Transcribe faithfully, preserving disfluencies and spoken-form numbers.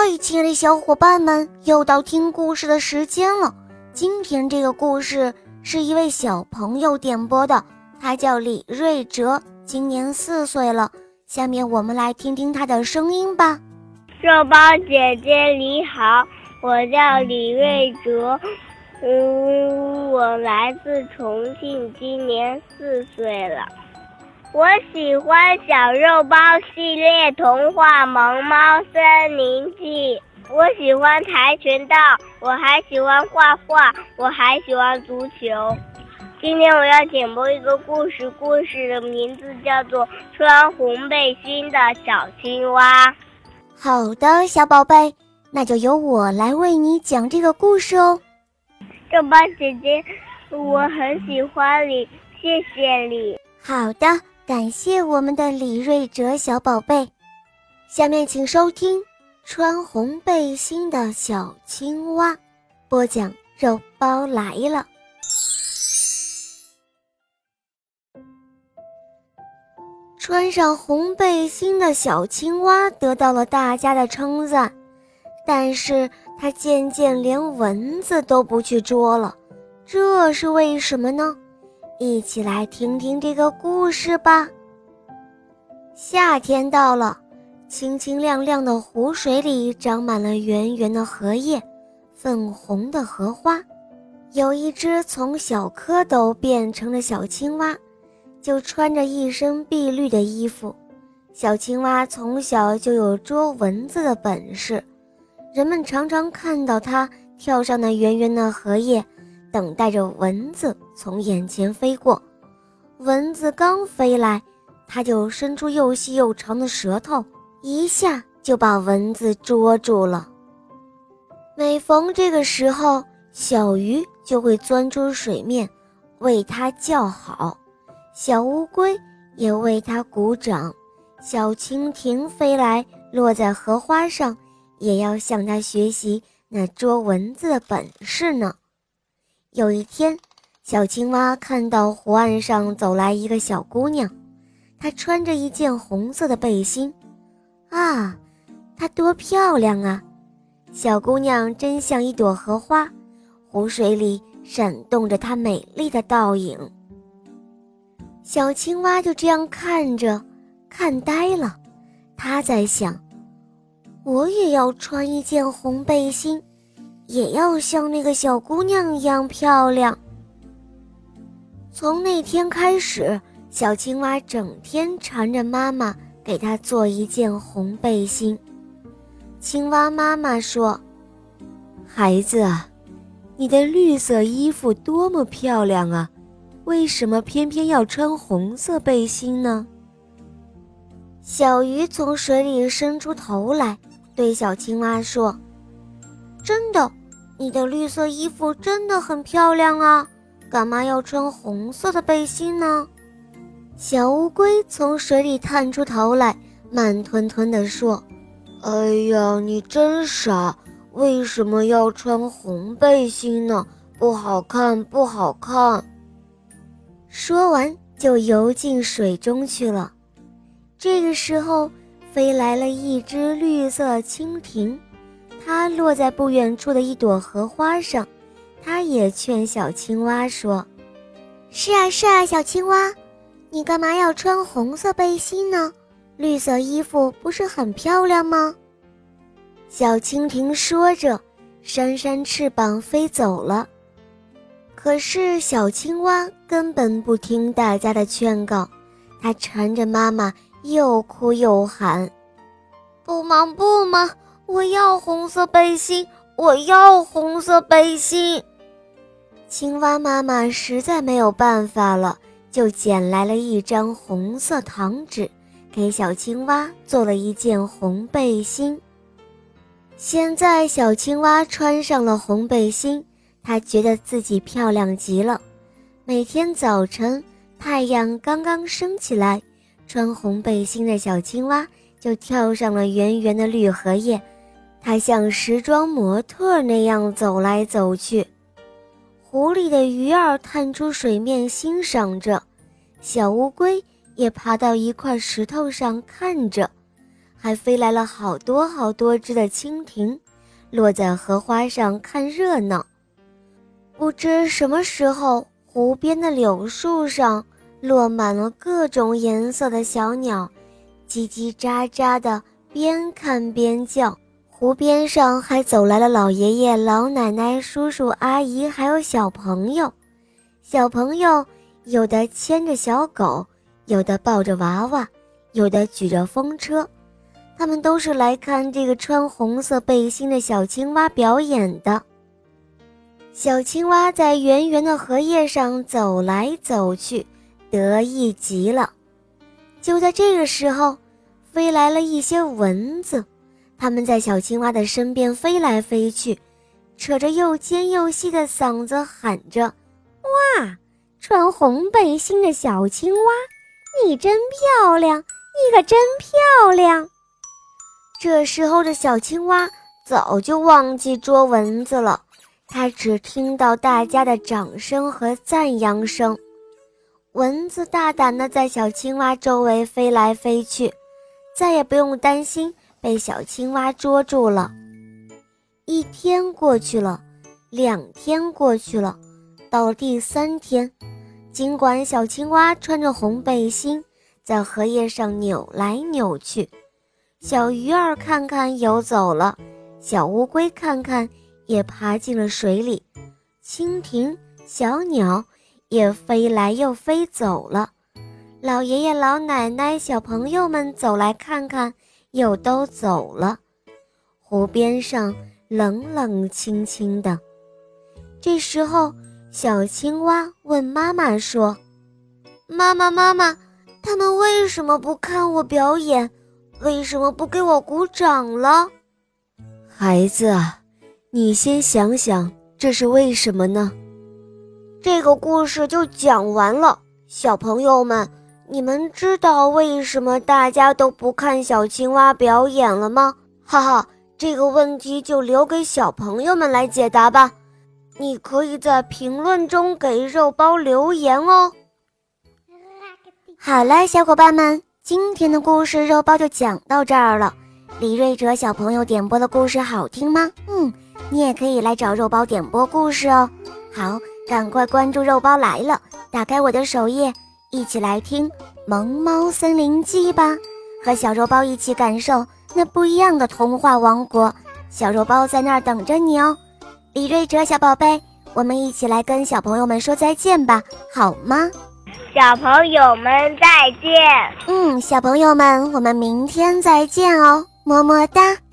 嗨，亲爱的小伙伴们，又到听故事的时间了。今天这个故事是一位小朋友点播的，他叫李瑞哲，今年四岁了。下面我们来听听他的声音吧。 肉包姐姐你好，我叫李瑞哲，嗯，我来自重庆，今年四岁了。我喜欢小肉包系列童话《萌猫森林记》，我喜欢跆拳道，我还喜欢画画，我还喜欢足球。今天我要点播一个故事，故事的名字叫做《穿红背心的小青蛙》。 好的，小宝贝，那就由我来为你讲这个故事哦。 肉包姐姐，我很喜欢你，谢谢你。 好的，感谢我们的李瑞哲小宝贝。下面请收听《穿红背心的小青蛙》，播讲肉包来了。穿上红背心的小青蛙得到了大家的称赞，但是它渐渐连蚊子都不去捉了，这是为什么呢？一起来听听这个故事吧。夏天到了，清清亮亮的湖水里长满了圆圆的荷叶，粉红的荷花。有一只从小蝌蚪变成的小青蛙，就穿着一身碧绿的衣服。小青蛙从小就有捉蚊子的本事，人们常常看到它跳上那圆圆的荷叶，等待着蚊子从眼前飞过。蚊子刚飞来，它就伸出又细又长的舌头，一下就把蚊子捉住了。每逢这个时候，小鱼就会钻出水面为它叫好，小乌龟也为它鼓掌，小蜻蜓飞来落在荷花上，也要向它学习那捉蚊子的本事呢。有一天，小青蛙看到湖岸上走来一个小姑娘，她穿着一件红色的背心。啊，她多漂亮啊！小姑娘真像一朵荷花，湖水里闪动着她美丽的倒影。小青蛙就这样看着，看呆了。她在想，我也要穿一件红背心，也要像那个小姑娘一样漂亮。从那天开始，小青蛙整天缠着妈妈给她做一件红背心。青蛙妈妈说，孩子啊，你的绿色衣服多么漂亮啊，为什么偏偏要穿红色背心呢？小鱼从水里伸出头来，对小青蛙说，真的，你的绿色衣服真的很漂亮啊，干嘛要穿红色的背心呢？小乌龟从水里探出头来，慢吞吞地说，哎呀，你真傻，为什么要穿红背心呢？不好看，不好看。说完就游进水中去了。这个时候，飞来了一只绿色蜻蜓，它落在不远处的一朵荷花上。它也劝小青蛙说，是啊是啊，小青蛙，你干嘛要穿红色背心呢？绿色衣服不是很漂亮吗？小蜻蜓说着，扇扇翅膀飞走了。可是小青蛙根本不听大家的劝告，它缠着妈妈又哭又喊，不嘛不嘛，我要红色背心，我要红色背心。青蛙妈妈实在没有办法了，就捡来了一张红色糖纸，给小青蛙做了一件红背心。现在小青蛙穿上了红背心，她觉得自己漂亮极了。每天早晨太阳刚刚升起来，穿红背心的小青蛙就跳上了圆圆的绿荷叶，它像时装模特那样走来走去。湖里的鱼儿探出水面欣赏着，小乌龟也爬到一块石头上看着， 还飞来了好多好多只的蜻蜓，落在荷花上看热闹。不知什么时候，湖边的柳树上落满了各种颜色的小鸟，叽叽喳喳的边看边叫。湖边上还走来了老爷爷、老奶奶、叔叔、阿姨，还有小朋友。小朋友有的牵着小狗，有的抱着娃娃，有的举着风车，他们都是来看这个穿红色背心的小青蛙表演的。小青蛙在圆圆的荷叶上走来走去，得意极了。就在这个时候，飞来了一些蚊子，它们在小青蛙的身边飞来飞去，扯着又尖又细的嗓子喊着：哇，穿红背心的小青蛙，你真漂亮，你可真漂亮。这时候的小青蛙早就忘记捉蚊子了，它只听到大家的掌声和赞扬声。蚊子大胆地在小青蛙周围飞来飞去，再也不用担心被小青蛙捉住了。一天过去了，两天过去了，到了第三天，尽管小青蛙穿着红背心，在荷叶上扭来扭去，小鱼儿看看游走了，小乌龟看看也爬进了水里，蜻蜓、小鸟也飞来又飞走了，老爷爷、老奶奶、小朋友们走来看看又都走了。湖边上冷冷清清的。这时候，小青蛙问妈妈说：妈妈妈妈，他们为什么不看我表演？为什么不给我鼓掌了？孩子啊，你先想想，这是为什么呢？这个故事就讲完了。小朋友们，你们知道为什么大家都不看小青蛙表演了吗？哈哈，这个问题就留给小朋友们来解答吧。你可以在评论中给肉包留言哦。好了，小伙伴们，今天的故事肉包就讲到这儿了。李瑞哲小朋友点播的故事好听吗？嗯，你也可以来找肉包点播故事哦。好，赶快关注肉包来了，打开我的首页，一起来听《萌猫森林记》吧，和小肉包一起感受那不一样的童话王国。小肉包在那儿等着你哦。李瑞哲小宝贝，我们一起来跟小朋友们说再见吧，好吗？ 小朋友们再见。 嗯，小朋友们，我们明天再见哦，么么哒。